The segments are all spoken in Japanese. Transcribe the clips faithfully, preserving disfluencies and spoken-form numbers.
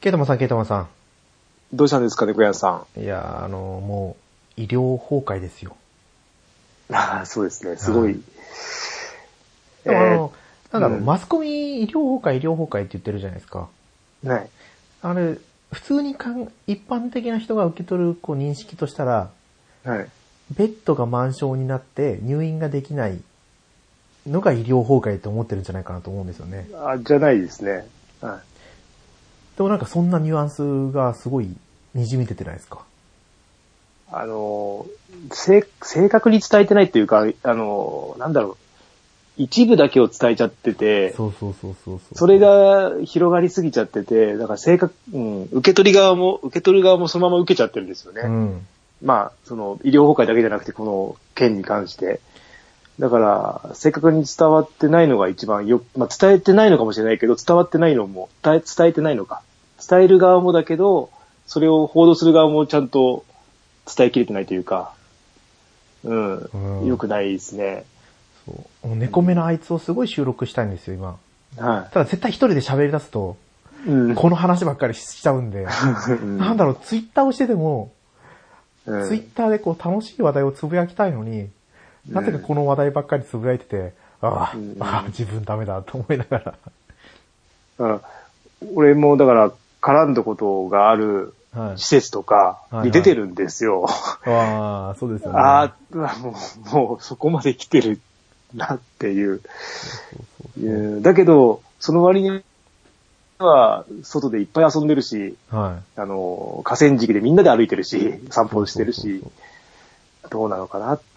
ケイタマさん、ケイタマさん。 どうしたんですかね、小屋さん。いや、あの、もう、医療崩壊ですよ。 ああ、そうですね、すごい。 でもあの、なんだろう、うん、マスコミ医療崩壊、医療崩壊って言ってるじゃないですか。 はい。 あれ、普通にかん、一般的な人が受け取るこう認識としたら、 はい。 ベッドが満床になって入院ができないのが医療崩壊って思ってるんじゃないかなと思うんですよね。 あ、じゃないですね。はい。 でもなんかそんなニュアンスがすごい滲み出てないですか。 あの、正確に伝えてないっていうか、あの、なんだろう、一部だけを伝えちゃってて、 そうそうそうそうそう。 それが広がりすぎちゃってて、だから正確、うん、受け取り側も、受け取る側もそのまま受けちゃってるんですよね。 うん。 まあ、その、医療崩壊だけじゃなくて、この件に関して。だから、正確に伝わってないのが一番よ、まあ、伝えてないのかもしれないけど、伝わってないのも、伝え、伝えてないのか。伝える側もだけど、それを報道する側もちゃんと伝えきれてないというか、うん、うん、良くないですね。 そう。猫目のあいつをすごい収録したいんですよ、今。 はい。 ただ絶対一人で喋り出すと、うん、この話ばっかりしちゃうんで、うん、なんだろう、ツイッターをしてても、うん、ツイッターでこう楽しい話題をつぶやきたいのに、なぜかこの話題ばっかりつぶやいてて、ああ、うん、ああ、自分ダメだと思いながら。 うん、俺もだから絡んだことがある施設とかに出てるんですよ。 はいはいはい、ああ、そうですよね。 ああ、もう、もうそこまで来てるなっていう。そうそうそう、だけど、その割には外でいっぱい遊んでるし、はい、あの、河川敷でみんなで歩いてるし、散歩してるし、そうそうそうそう、どうなのかなって。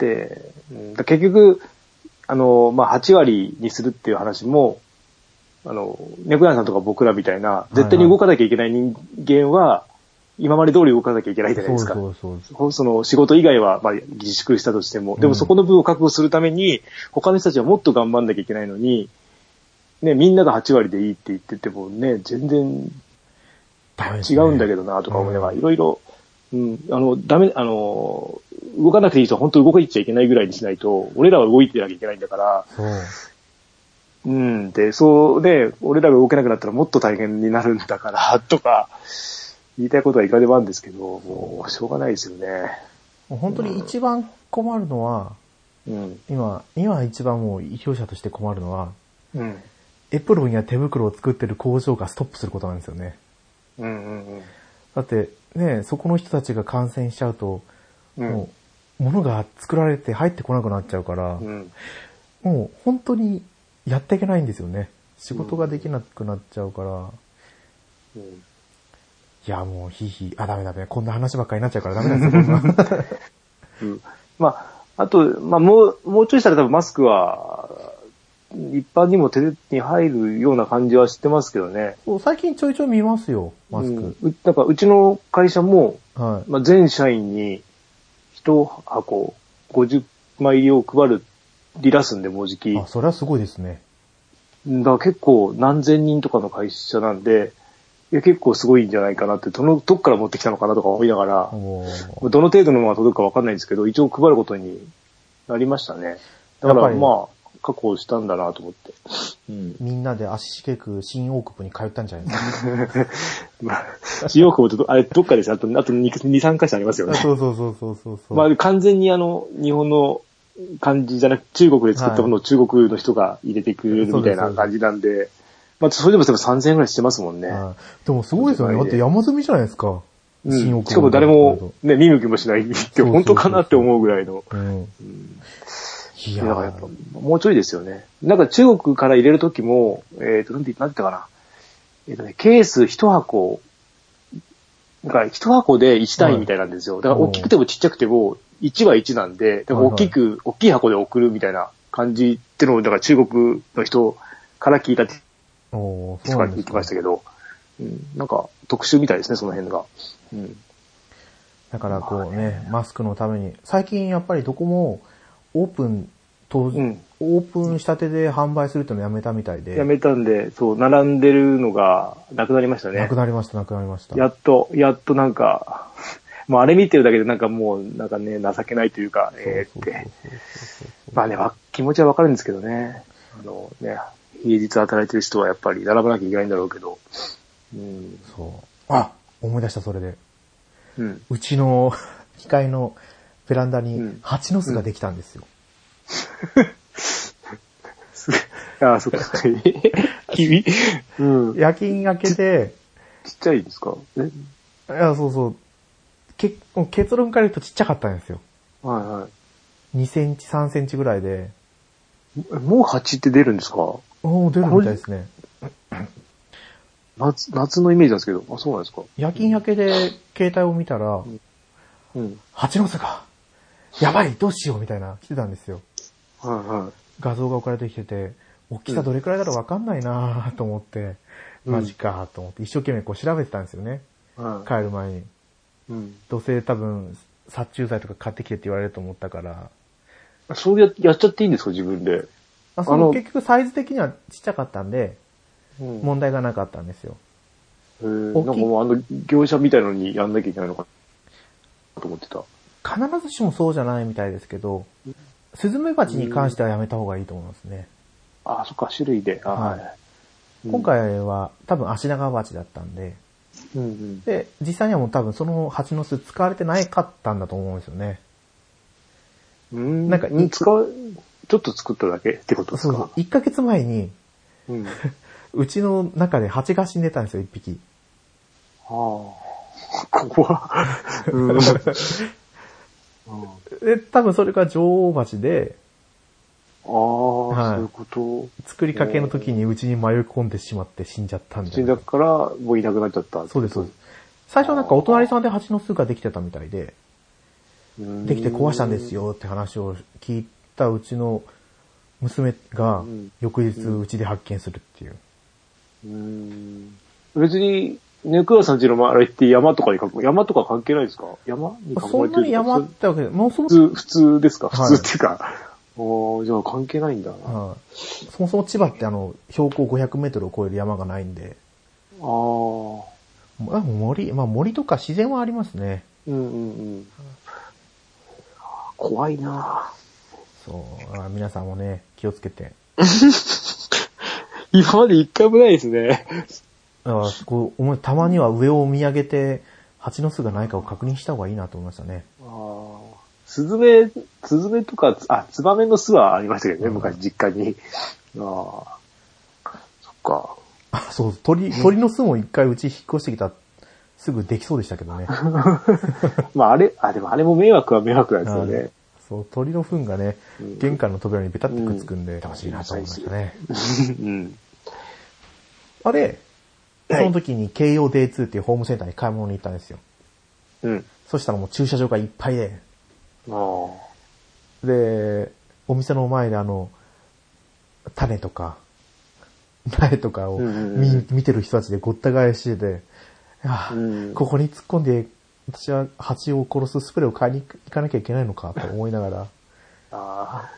うん、だ結局、あの、まあ、はち割にするっていう話も、あの、猫屋さんとか僕らみたいな、絶対に動かなきゃいけない人間は、今まで通り動かなきゃいけないじゃないですか。そうそうそう。その仕事以外は、まあ、自粛したとしても、でもそこの分を確保するために、他の人たちはもっと頑張んなきゃいけないのに、ね、みんながはち割でいいって言っててもね、全然違うんだけどなとか思いながら、いろいろ、うん、あの、ダメ、あの、動かなくていい人は本当動いちゃいけないぐらいにしないと、俺らは動いてなきゃいけないんだから、うん、で、そうで、俺らが動けなくなったらもっと大変になるんだから、とか、言いたいことはいくらでもあるんですけど、もう、しょうがないですよね。 もう本当に一番困るのは、うん、今、今一番もう医療者として困るのは、うん、エプロンや手袋を作ってる工場がストップすることなんですよね。うんうんうん、だってね、そこの人たちが感染しちゃうと、うん、もう物が作られて入ってこなくなっちゃうから、うん、もう本当にやっていけないんですよね。仕事ができなくなっちゃうから。うん、いやもうひいひい、あ、ダメダメ、こんな話ばっかりになっちゃうからダメなんですよ、こんな。 うん、まあ、あと、まあもう、もうちょいしたら多分マスクは、一般にも手に入るような感じはしてますけどね。 そう最近ちょいちょい見ますよ、マスク。 うん、だからうちの会社も、はい、まあ、全社員に一箱ごじゅうまいを配る、リラすんで、もうじき。 あ、それはすごいですね。 だから結構何千人とかの会社なんで、いや結構すごいんじゃないかなって、どの、どっから持ってきたのかなとか思いながら、どの程度のものが届くかわかんないんですけど、一応配ることになりましたね。だからまあ、確保したんだなと思って、 うん。みんなで足しげく新大久保に通ったんじゃないですか。 まあ、新大久保と、あれどっかですあと、あとに、さんか所ありますよね。 そうそうそうそうそうそう。 まあ完全にあの、日本の感じじゃなく、中国で作ったものを中国の人が入れてくれるみたいな感じなんで、まあそれでもでもさんぜんえんぐらいしてますもんね。 でもすごいですよね。だって山積みじゃないですか。 うん、しかも誰もね、見向きもしないって本当かなって思うぐらいの。うんうんいや、だからやっぱ、もうちょいですよね。なんか中国から入れるときも、えっ、ー、と、なんて言ったかな。えっ、ー、とね、ケース一箱、なんか一箱でいち単位みたいなんですよ。だから大きくてもちっちゃくてもいちはいちなんで、だから大きく、はいはい、大きい箱で送るみたいな感じってのを、だから中国の人から聞いたって人が言ってましたけど、うん、なんか特殊みたいですね、その辺が。うん、 だからこうね、マスクのために、最近やっぱりどこも、オープンと、うん、オープンしたてで販売するってのをやめたみたいで。 やめたんで、そう、並んでるのがなくなりましたね。 なくなりました、なくなりました。 やっと、やっとなんか、もうあれ見てるだけでなんかもう、なんかね、情けないというか、えーって。まあね、気持ちはわかるんですけどね。あのね、平日働いてる人はやっぱり並ばなきゃいけないんだろうけど。 うん、そあ、思い出したそれで。 うん。 うちの機械のベランダに蜂の巣ができたんですよ。 うん、ああ、そっか。君、うん。 夜勤明けで、 ちっちゃいですか？え？ いや、そうそう。け結論から言うとちっちゃかったんですよ。 はいはい。 にセンチ、さんセンチぐらいで。 もう蜂って出るんですか？ おー、出るみたいですね。 夏、夏のイメージなんですけど、あ、そうなんですか？ 夜勤明けで携帯を見たら、うん。うん、蜂の巣が、やばい、どうしようみたいな、来てたんですよ。 はいはい。 画像が送られてきてて、大きさどれくらいだろうわかんないなぁと思って、うん、マジかと思って、一生懸命こう調べてたんですよね。はい、帰る前に。うん、どうせ多分、殺虫剤とか買ってきてって言われると思ったから。 そうや、やっちゃっていいんですか、自分で。 あその結局サイズ的にはちっちゃかったんで、うん、問題がなかったんですよ。 へー、なんかもうあの業者みたいのにやんなきゃいけないのかと思ってた。 必ずしもそうじゃないみたいですけど、スズメバチに関してはやめた方がいいと思いますね。 ああ、そっか、種類で。はい。 うん、今回は多分アシナガバチだったんで、うんうん、で、実際にはもう多分その蜂の巣使われてないかったんだと思うんですよね。 うん。なんか、使う、ちょっと作っただけってことですか？そう。 いっかげつまえに、うん、うちの中で蜂が死んでたんですよ、いっぴき。 はあ。怖っ。うん、 で、多分それが女王蜂で、 ああ、はい、そういうこと。 作りかけの時にうちに迷い込んでしまって死んじゃったんで。 死んだから、もういなくなっちゃった。 そうです、そうです。最初なんかお隣さんで蜂の巣ができてたみたいで、できて壊したんですよって話を聞いたうちの娘が翌日うちで発見するっていう。 うーん、別に、ネクラさんちの周りって山とかに囲む、山とか関係ないですか？山に囲まれてる。 そんなに山ってわけで、もうそも普通、普通ですか？普通っていうか。はい、おじゃあ関係ないんだな。 はあ、そもそも千葉ってあの、標高ごひゃくメートルを超える山がないんで。ああ。森、まあ森とか自然はありますね。うんうんうん。 怖いなぁ。そう、皆さんもね、気をつけて。 今まで一回もないですね。 ああ、こう、たまには上を見上げて、蜂の巣がないかを確認した方がいいなと思いましたね。ああ。スズメ、スズメとか、あ、ツバメの巣はありましたけどね、うん、昔実家に。ああ。そっか。 あ、そう、鳥、鳥の巣も一回うち引っ越してきた、すぐできそうでしたけどね。 まああれ、あ、でもあれも迷惑は迷惑なんですよね。 そう、鳥の糞がね、うん、玄関の扉にベタってくっつくんで、楽しいなと思いましたね。うん、あれ、その時に京葉 デイツー っていうホームセンターに買い物に行ったんですよ。うん。そしたらもう駐車場がいっぱいで。ああ。で、お店の前であの、種とか、苗とかを見、うんうんうん、見てる人たちでごった返してて、いや、うん、ここに突っ込んで、私は蜂を殺すスプレーを買いに行かなきゃいけないのかと思いながら。ああ。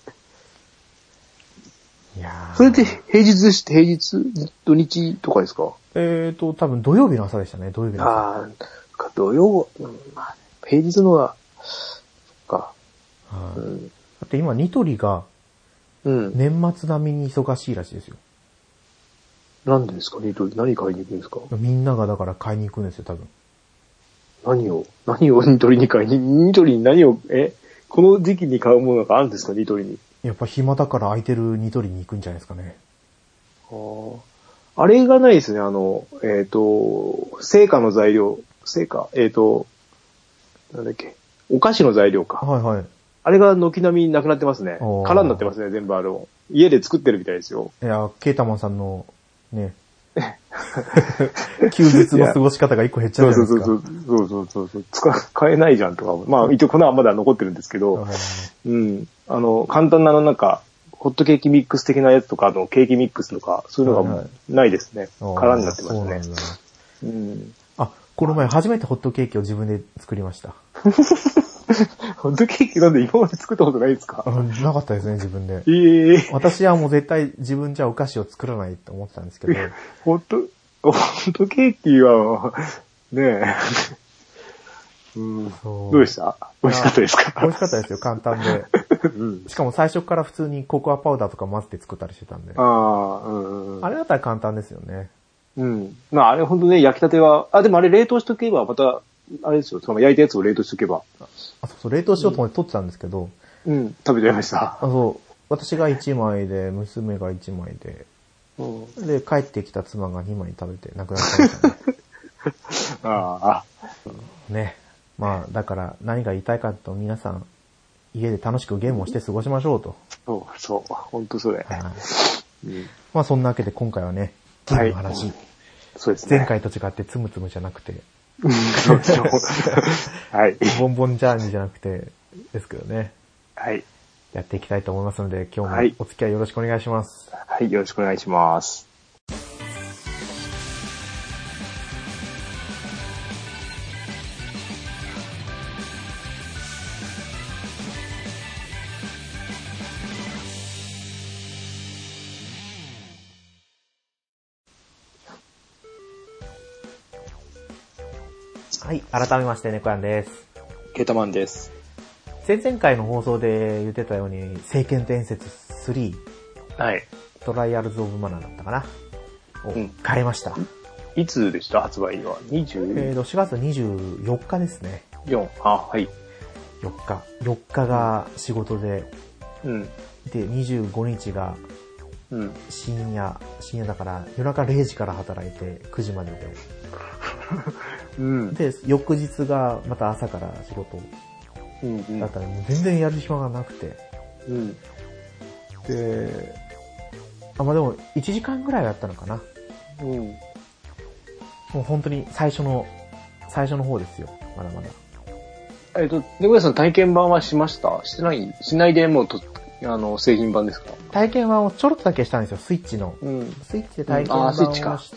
いやそれって平日でして、平日、土日とかですか？ えっと、多分土曜日の朝でしたね、土曜日の朝。 ああ、土曜、うん、平日のは、そっか。 はあ、うん、だって今、ニトリが、年末並みに忙しいらしいですよ。 なんでですか、ニトリ？何買いに行くんですか？ みんながだから買いに行くんですよ、多分。 何を何をニトリに買いに、ニトリに何を、えこの時期に買うものがあるんですか、ニトリに。 やっぱ暇だから空いてるニトリに行くんじゃないですかね。 ああ。あれがないですね、あの、えっ、ー、と、成果の材料、成果、えっ、ー、と、なんだっけ、お菓子の材料か。はいはい。あれが軒並みなくなってますね。空になってますね、全部あの、家で作ってるみたいですよ。 いや、ケータマンさんの、ね、休日の過ごし方が一個減っちゃうじゃないですか。 そうそうそうそうそう使買えないじゃんとか。まあ一応このはまだ残ってるんですけど、うん。あの、簡単なのなんか、ホットケーキミックス的なやつとか、あの、ケーキミックスとか、そういうのがないですね。はいはい、空になってますね。そうなんだ。 うん。あ、この前初めてホットケーキを自分で作りました。 ホットケーキなんで今まで作ったことないですか？ なかったですね、自分で。 ええー。 私はもう絶対自分じゃお菓子を作らないと思ってたんですけど。 ホット、ホットケーキは、ねえ。うん、どうでした？美味しかったですか？ 美味しかったですよ、簡単で。うん、しかも最初から普通にココアパウダーとか混ぜて作ったりしてたんで。ああ、うんうん、あれだったら簡単ですよね。 うん。まああれほんとね、焼きたては、あ、でもあれ冷凍しとけば、また、あれですよ、その焼いたやつを冷凍しとけば。 あ、そうそう、冷凍しようと思って取ってたんですけど。 うん、うん、食べちゃいました。 あ、そう。私がいちまいで、娘がいちまいで、うん、で、帰ってきた妻がにまい食べて亡くなっちゃいましたね。ああ。ね。まあ、だから何が言いたいかと皆さん、家で楽しくゲームをして過ごしましょうと。 そう、そう。ほんとそれ。はい。 うん、まあそんなわけで今回はね、ゲームの話。はい、 そうですね。 前回と違ってつむつむじゃなくて。 そうですよ。はい。 ボンボンジャーニーじゃなくて、ですけどね。 はい。 やっていきたいと思いますので、今日もお付き合いよろしくお願いします。 はい、よろしくお願いします。 はい、改めまして猫やんです。 ケータマンです。 前々回の放送で言ってたように、聖剣伝説スリー、はい、トライアルズ・オブ・マナーだったかなを買いました。うん、 いつでした発売は ?にじゅう? えーと、しがつにじゅうよっかですね。 よん、あ、はい。 よっか。よっかが仕事で、うん、で、にじゅうごにちが深夜、深夜だから夜中れいじから働いてくじまでで、うん、で、翌日がまた朝から仕事だったらもう全然やる暇がなくて、うん、で、あ、まあ、でもいちじかんぐらいやったのかな。うん、もう本当に最初の、最初の方ですよ。まだまだ。 えっと、猫屋さん体験版はしました？してない？しないでもうと、あの、製品版ですか？ 体験版をちょろっとだけしたんですよ、スイッチの。うん、スイッチで体験版をして、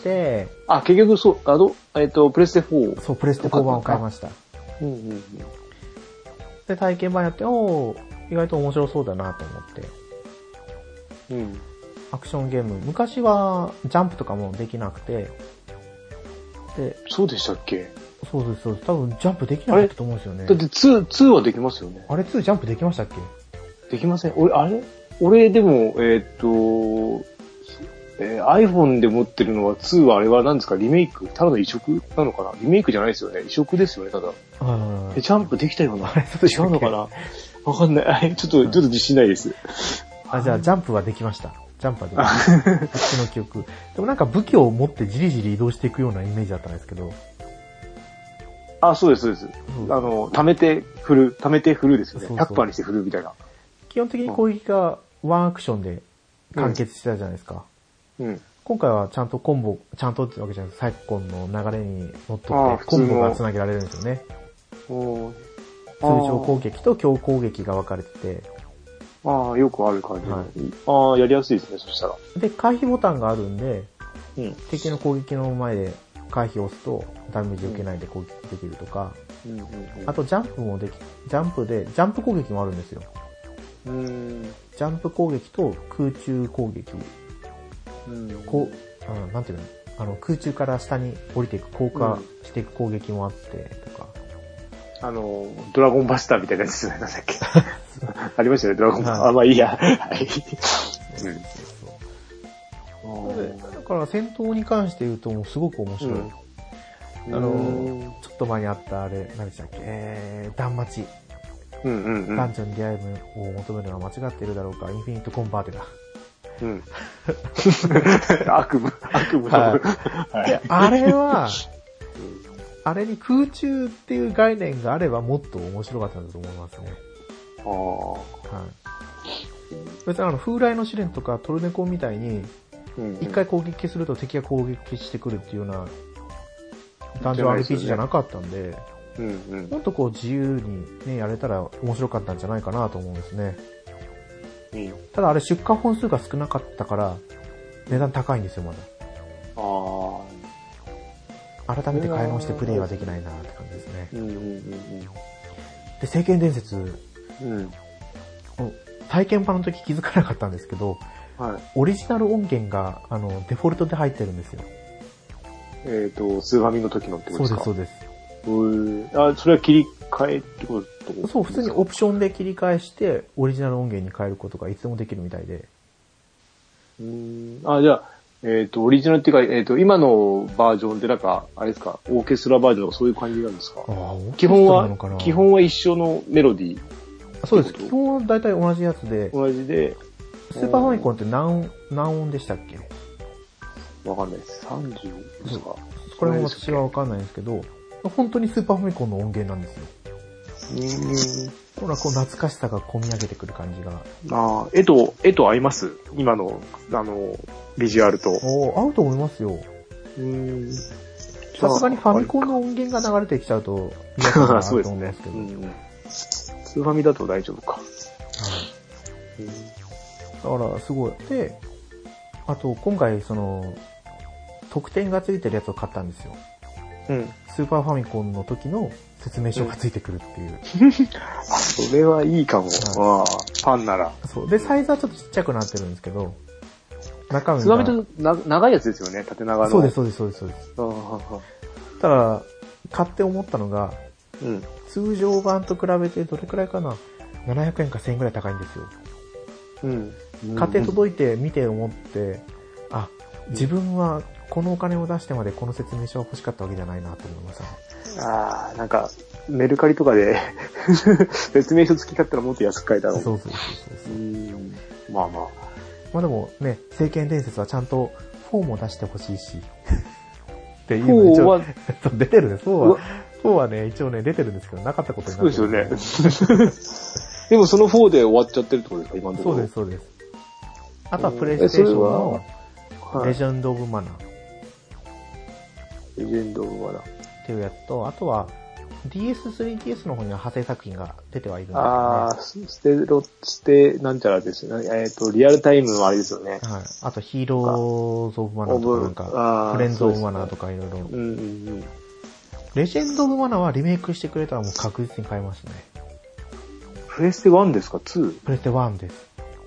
うん、あ, あ、結局そう、あの、えっと、プレステフォー。 そう、プレステフォー版を買いました。うんうんうん、で、体験版やって、おー、意外と面白そうだなと思って。うん。アクションゲーム。昔はジャンプとかもできなくて。 で、そうでしたっけ？ そうです、そうです。多分ジャンプできなかったと思うんですよね。 だってに、にはできますよね。 あれにジャンプできましたっけ？ できません。俺、あれ俺でも、えー、っと、えー、iPhone で持ってるのはにはあれは何ですか？リメイク？ただの移植なのかな？リメイクじゃないですよね。移植ですよね、ただ。え、ジャンプできたような。あれ違うのかな？わかんない。ちょっと、ちょっと自信ないです。 あ、じゃあ、ジャンプはできました。ジャンプはできました。うちの記憶。でもなんか武器を持ってじりじり移動していくようなイメージだったんですけど。 あ、そうです、そうです。うん、あの、溜めて振る、溜めて振るですよね。そうそうひゃくパーセントにして振るみたいな。 基本的に攻撃がワンアクションで完結してたじゃないですか。うん。今回はちゃんとコンボ、ちゃんとってわけじゃないです。昨今の流れに乗っ取ってコンボが繋げられるんですよね。通常攻撃と強攻撃が分かれてて。 ああ、よくある感じ。はい、ああ、やりやすいですね、そしたら。 で、回避ボタンがあるんで、うん、敵の攻撃の前で回避を押すとダメージを受けないで攻撃できるとか、うんうんうんうん、あとジャンプもでき、ジャンプで、ジャンプ攻撃もあるんですよ。うーんジャンプ攻撃と空中攻撃。うん、こう、あなんていうのあの、空中から下に降りていく、降下していく攻撃もあってとか。 あの、ドラゴンバスターみたいなやつじゃないなんだっけ。ありましたよね、ドラゴンバスター。あ、まあいいや。はい。 だから戦闘に関して言うともうすごく面白い。うん、あの、ちょっと前にあったあれ、何でしたっけ、えー、断末。うんうんうん。男女に出会いを求めるのは間違っているだろうか、インフィニットコンバーテだ。うん。 悪夢、悪夢の、 はい。あれは、あれに空中っていう概念があればもっと面白かったんだと思いますね。ああ。はい。別にあの、風来の試練とかトルネコみたいに、一回攻撃すると敵が攻撃してくるっていうような、ダンジョン アールピージー じゃなかったんで、うんうん、もっとこう自由にね、やれたら面白かったんじゃないかなと思うんですね。うん、ただあれ出荷本数が少なかったから値段高いんですよ、まだ。ああ。改めて買い直してプレイはできないなって感じですね。うんうんうんうん、で、聖剣伝説、うん、体験版の時気づかなかったんですけど、はい、オリジナル音源があのデフォルトで入ってるんですよ。 えっ、ー、と、スーファミの時のってことですか？ そうです、そうです。 あ、それは切り替えってこと？ そう、普通にオプションで切り替えして、オリジナル音源に変えることがいつでもできるみたいで。 うーん。あ、じゃあ、 えっ、ー、と、オリジナルっていうか、えっ、ー、と、今のバージョンでなんか、あれですか、オーケストラバージョンとかそういう感じなんですか？あ基本は、基本は一緒のメロディー。 そうです。基本は大体同じやつで。 同じで。 スーパーファミコンって何、何音でしたっけ？ わかんないです。さんじゅうですか？ これも私はわかんないんですけど、本当にスーパーファミコンの音源なんですよ。うーん。ほら、こう懐かしさが込み上げてくる感じが。 ああ、絵と、絵と合います？今の、あの、ビジュアルと。 お合うと思いますよ。うーん。さすがにファミコンの音源が流れてきちゃうと、嫌かなと思うんですけど。そうですね。うん。 スーファミだと大丈夫か。はい。 だから、すごい。で、あと、今回、その、特典がついてるやつを買ったんですよ。うん。スーパーファミコンの時の説明書がついてくるっていう。 うん、あ、それはいいかも。はい、ああ、ファンなら。 そう。で、サイズはちょっとちっちゃくなってるんですけど、中身が。 スーファミとな長いやつですよね、縦長の。 そうです、そうです、そうです、そうです。ただ、買って思ったのが、うん、通常版と比べてどれくらいかな、ななひゃくえんかせんえんくらい高いんですよ。うん。買って届いて見て思って、あ、自分はこのお金を出してまでこの説明書が欲しかったわけじゃないなと思いましたね。 ああ、なんか、メルカリとかで説明書付き買ったらもっと安く買えたの。 そうそうそうそう。うん。 まあまあ。 まあでもね、聖剣伝説はちゃんとフォーも出してほしいし。っていうの一応出てるんです。フォーは、フォーはね、一応ね、出てるんですけど、なかったことになってる。 そうですよね。でもそのフォーで終わっちゃってるってことですか、今のところ。 そうです、そうです。あとはプレイステーションのレジェンド・オブ・マナー。 レジェンド・オブ・マナー。 っていうやつと、あとは ディーエススリーディーエス の方には派生作品が出てはいるんですよね。 ああ、ステロ、ステ、なんちゃらですよね。えっと、リアルタイムのあれですよね。はい。 あとヒーローズ・オブ・マナーとかなんか、フレンズ・オブ・マナーとかいろいろ。うんうんうん。レジェンド・オブ・マナーはリメイクしてくれたらもう確実に買いますね。 プレステワンですか ?ツー? プレステワンです。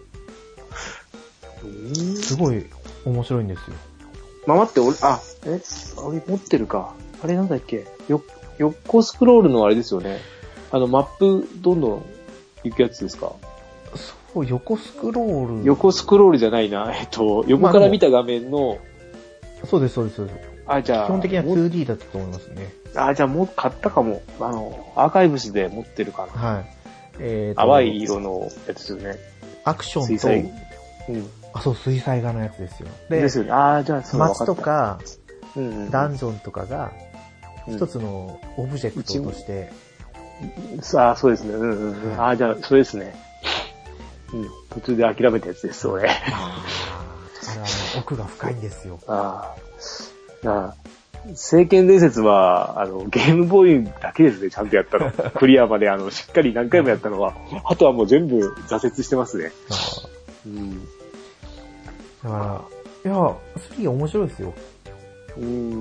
すごい面白いんですよ。 まあ、待って、俺、あ、え俺持ってるか。あれなんだっけよ、横スクロールのあれですよね。あの、マップどんどん行くやつですか？ そう、横スクロール。 横スクロールじゃないな。えっと、横から見た画面の。 まあ、そうです、そうです、そうです。 あ、じゃあ。 基本的には ツーディー だったと思いますね。 あ、じゃあもう買ったかも。あの、アーカイブスで持ってるかな。はい。えー、淡い色のやつですよね。 アクションと、うん。あ、そう、水彩画のやつですよ。 で、ですよね。ああ、じゃあ、 そう街とか、うんうん、ダンジョンとかが、一つのオブジェクトとして。 うん、ああ、そうですね。うんうんうん。ああ、じゃあ、それですね。うん。途中で諦めたやつです、それ。ああれはね、奥が深いんですよ。 ああ。ああ。聖剣伝説は、あの、ゲームボーイだけですね、ちゃんとやったの。クリアまで、あの、しっかり何回もやったのは、あとはもう全部挫折してますね。うん。 だから、いや、スリー面白いですよ。うん。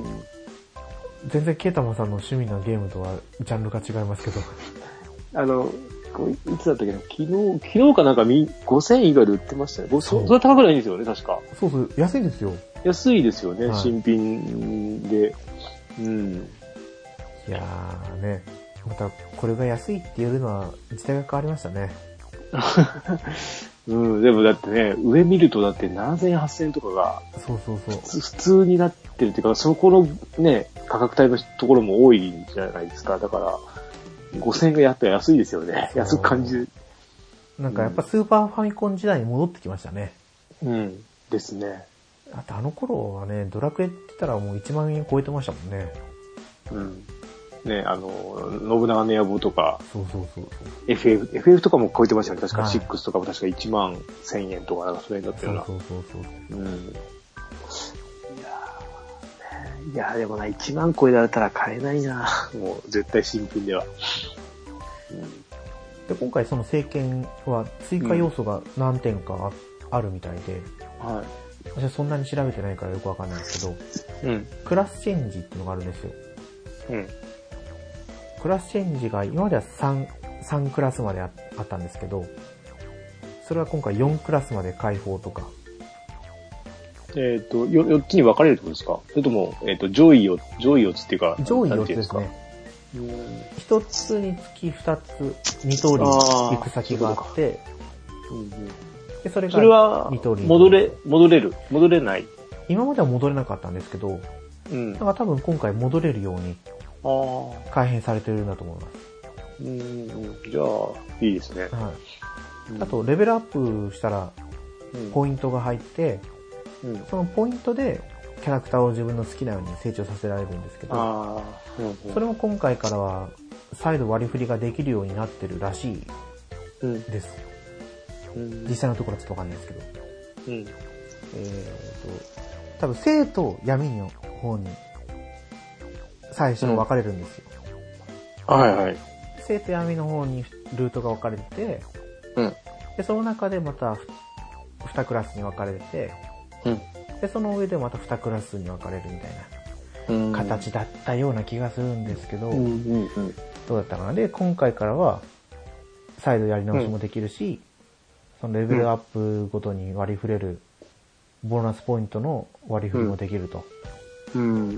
全然ケータマさんの趣味なゲームとはジャンルが違いますけど。 あの、いつだったっけな、昨日、昨日かなんかごせんえん以外で売ってましたね。そ, それは高くないんですよね、確か。 そうそう、安いんですよ。 安いですよね、はい、新品で。うん。 いやーね、またこれが安いって言えるのは時代が変わりましたね。うん、 でもだってね、上見るとだってななせんえん、はっせんえんとかが、 そうそうそう。 普通になってるっていうか、そこのね、価格帯のところも多いんじゃないですか。だから、ごせんえんがやっぱ安いですよね。安く感じる。 なんかやっぱスーパーファミコン時代に戻ってきましたね。 うん。ですね。 だってあの頃はね、ドラクエって言ったらもういちまんえん超えてましたもんね。 うん。ね、あの、信長の野望とか、 そうそうそうそう。 エフエフ、エフエフ とかも超えてましたよね。確かろくとかも確かいちまんせんえんとかなんかそれだったような。そうそうそうそう。うん。いや、いやでもな、いちまん超えられたら買えないな。もう絶対新品では。 うん、で今回その聖剣は追加要素が何点かあるみたいで、うん、はい。私はそんなに調べてないからよくわかんないですけど、うん。クラスチェンジっていうのがあるんですよ。うん。クラスチェンジが今までは3、3クラスまで あ, あったんですけど、それは今回よんクラスまで開放とか。 えっ、ー、と、よ、よっつに分かれるってことですか？それとも、えっ、ー、と、上位よ、上位よっつっていうか、 上位よっつですね。一つにつき二つ、二通り行く先があって、うんうん、でそれがそれは戻れ、戻れる戻れないい今までは戻れなかったんですけど、うん、だから多分今回戻れるように改変されてるんだと思います。 うん、じゃあいいですね。はい。 あとレベルアップしたらポイントが入って、うん、そのポイントでキャラクターを自分の好きなように成長させられるんですけど、あ、うんうん、それも今回からは再度割り振りができるようになってるらしいです。うん、実際のところはちょっとわかんないですけど。うん、えーと、多分生と闇の方に最初分かれるんですよ。 うん、はいはい。 生と闇の方にルートが分かれてて、うん、でその中でまたにクラスに分かれて、うん、でその上でまたにクラスに分かれるみたいな形だったような気がするんですけど、うんうんうん、どうだったかな。で今回からは再度やり直しもできるし、うん、そのレベルアップごとに割り振れるボーナスポイントの割り振りもできると。うんうん、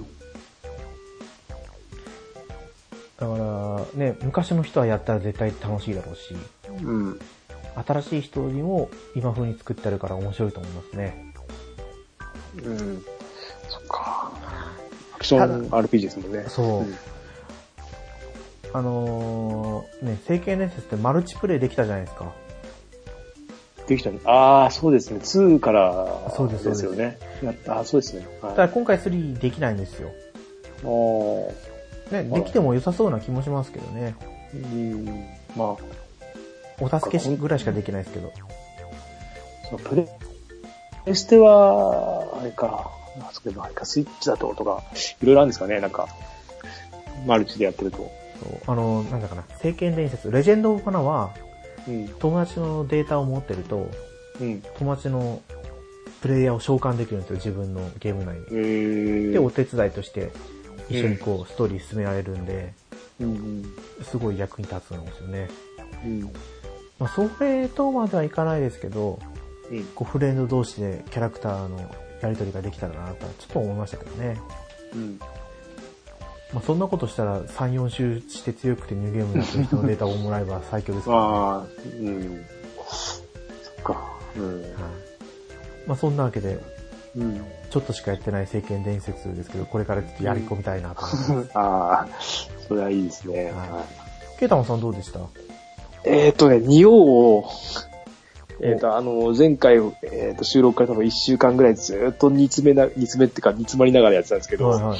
だからね、昔の人はやったら絶対楽しいだろうし、うん、新しい人にも今風に作ってあるから面白いと思いますね。 うん、そっか。アクション アールピージー ですもんね。 そう。うん、あのー、ね、聖剣伝説ってマルチプレイできたじゃないですか。 できたね。ああ、そうですね。にからですよね。ああ、そうですね。 はい、ただ今回スリーできないんですよ。ね、できても良さそうな気もしますけどね。うん、まあ。お助けぐらいしかできないですけど。 そう、プレイステは、あれか、あれか、スイッチだととか、いろいろあるんですかね、なんか、マルチでやってると。そう、 あの、なんだかな、聖剣伝説、レジェンド・オブ・マナは、うん、友達のデータを持ってると、うん、友達のプレイヤーを召喚できるんですよ、自分のゲーム内に。えー、で、お手伝いとして一緒にこう、うん、ストーリー進められるんで、うんうん、すごい役に立つんですよね。うん、まあ、それとまではいかないですけど、うん、こうフレンド同士でキャラクターのやり取りができたらなとちょっと思いましたけどね。うん、まあ、そんなことしたらさん、よん周して強くてニューゲームになってる人のデータをもらえば最強ですからね。ああ、うん。そっか。うん。はい。まあそんなわけで、うん、ちょっとしかやってない聖剣伝説ですけど、これからちょっとやり込みたいなと思ってます。 うん、ああ、それはいいですね。はい。 ケイタマさんどうでした？ えっとね、仁王を、えっと、あの、前回、えっと、収録から多分いっしゅうかんぐらいずっと煮詰めな、煮詰めってか煮詰まりながらやってたんですけど、はいはい、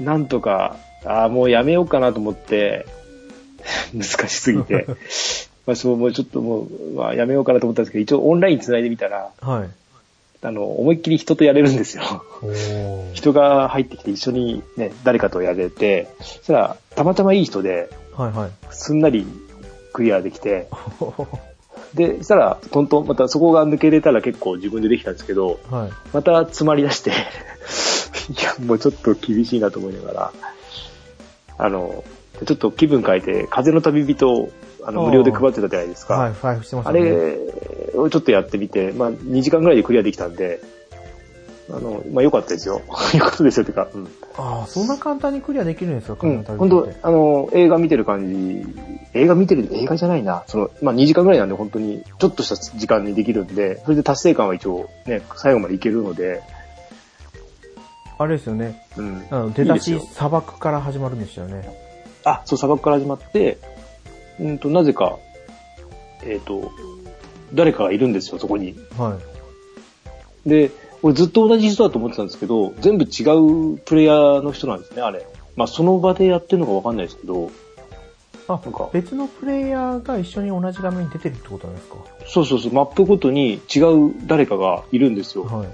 なんとか、ああ、もうやめようかなと思って、難しすぎて、まあそう、もうちょっともう、まあやめようかなと思ったんですけど、一応オンライン繋いでみたら、はい、あの、思いっきり人とやれるんですよ。人が入ってきて一緒にね、誰かとやれて、そしたら、たまたまいい人で、はいはい、すんなりクリアできて、で、そしたら、トントン、またそこが抜けれたら結構自分でできたんですけど、はい、また詰まり出して、いや、もうちょっと厳しいなと思いながら、あの、ちょっと気分変えて、風の旅人をあの無料で配ってたじゃないですか。 はい、配布してましたね。あれをちょっとやってみて、まあにじかんぐらいでクリアできたんで、あの、まあ良かったですよ。良かったですよ、てか。うん、 ああ、そんな簡単にクリアできるんですか、 風の旅人って。うん、本当あの、映画見てる感じ、映画見てる、映画じゃないな。その、まあにじかんぐらいなんで本当に、ちょっとした時間にできるんで、それで達成感は一応ね、最後までいけるので、 あれですよね。うん。あの出だし砂漠から始まるんでしたよね。 あ、そう、砂漠から始まって、うんと、なぜか、えっと、誰かがいるんですよ、そこに。はい。で、俺ずっと同じ人だと思ってたんですけど、全部違うプレイヤーの人なんですね、あれ。まあ、その場でやってるのかわかんないですけど。 あ、なんか別のプレイヤーが一緒に同じ画面に出てるってことなんですか？ そうそうそう、マップごとに違う誰かがいるんですよ。はい。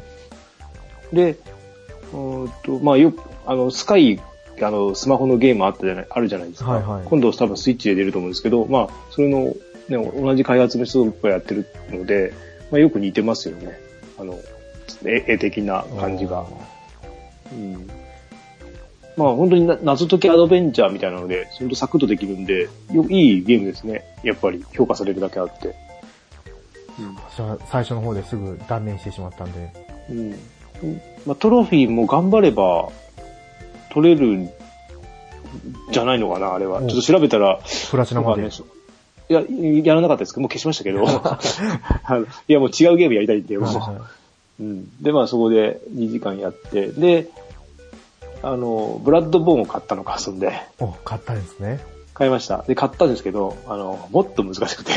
で、うんと、まあ、よく、あの、スカイ、あの、スマホのゲームあったじゃない、あるじゃないですか。はいはい、今度多分スイッチで出ると思うんですけど、まあ、それの、ね、同じ開発の人がやってるので、まあ、よく似てますよね。あの、絵的な感じが。うん。まあ、本当に謎解きアドベンチャーみたいなので、本当サクッとできるんで、よいいゲームですね。やっぱり評価されるだけあって。 うん。私は最初の方ですぐ断念してしまったんで。うん。 まあ、トロフィーも頑張れば取れるんじゃないのかな、あれは。ちょっと調べたら。 プラチナまで。 いや、やらなかったですけど、もう消しましたけど。いや、もう違うゲームやりたいんで、もう。はいはい、 うん。で、まあそこでにじかんやって、で、あの、ブラッドボーンを買ったのか、遊んで。 お、買ったんですね。 買いました。で、買ったんですけど、あの、もっと難しくて。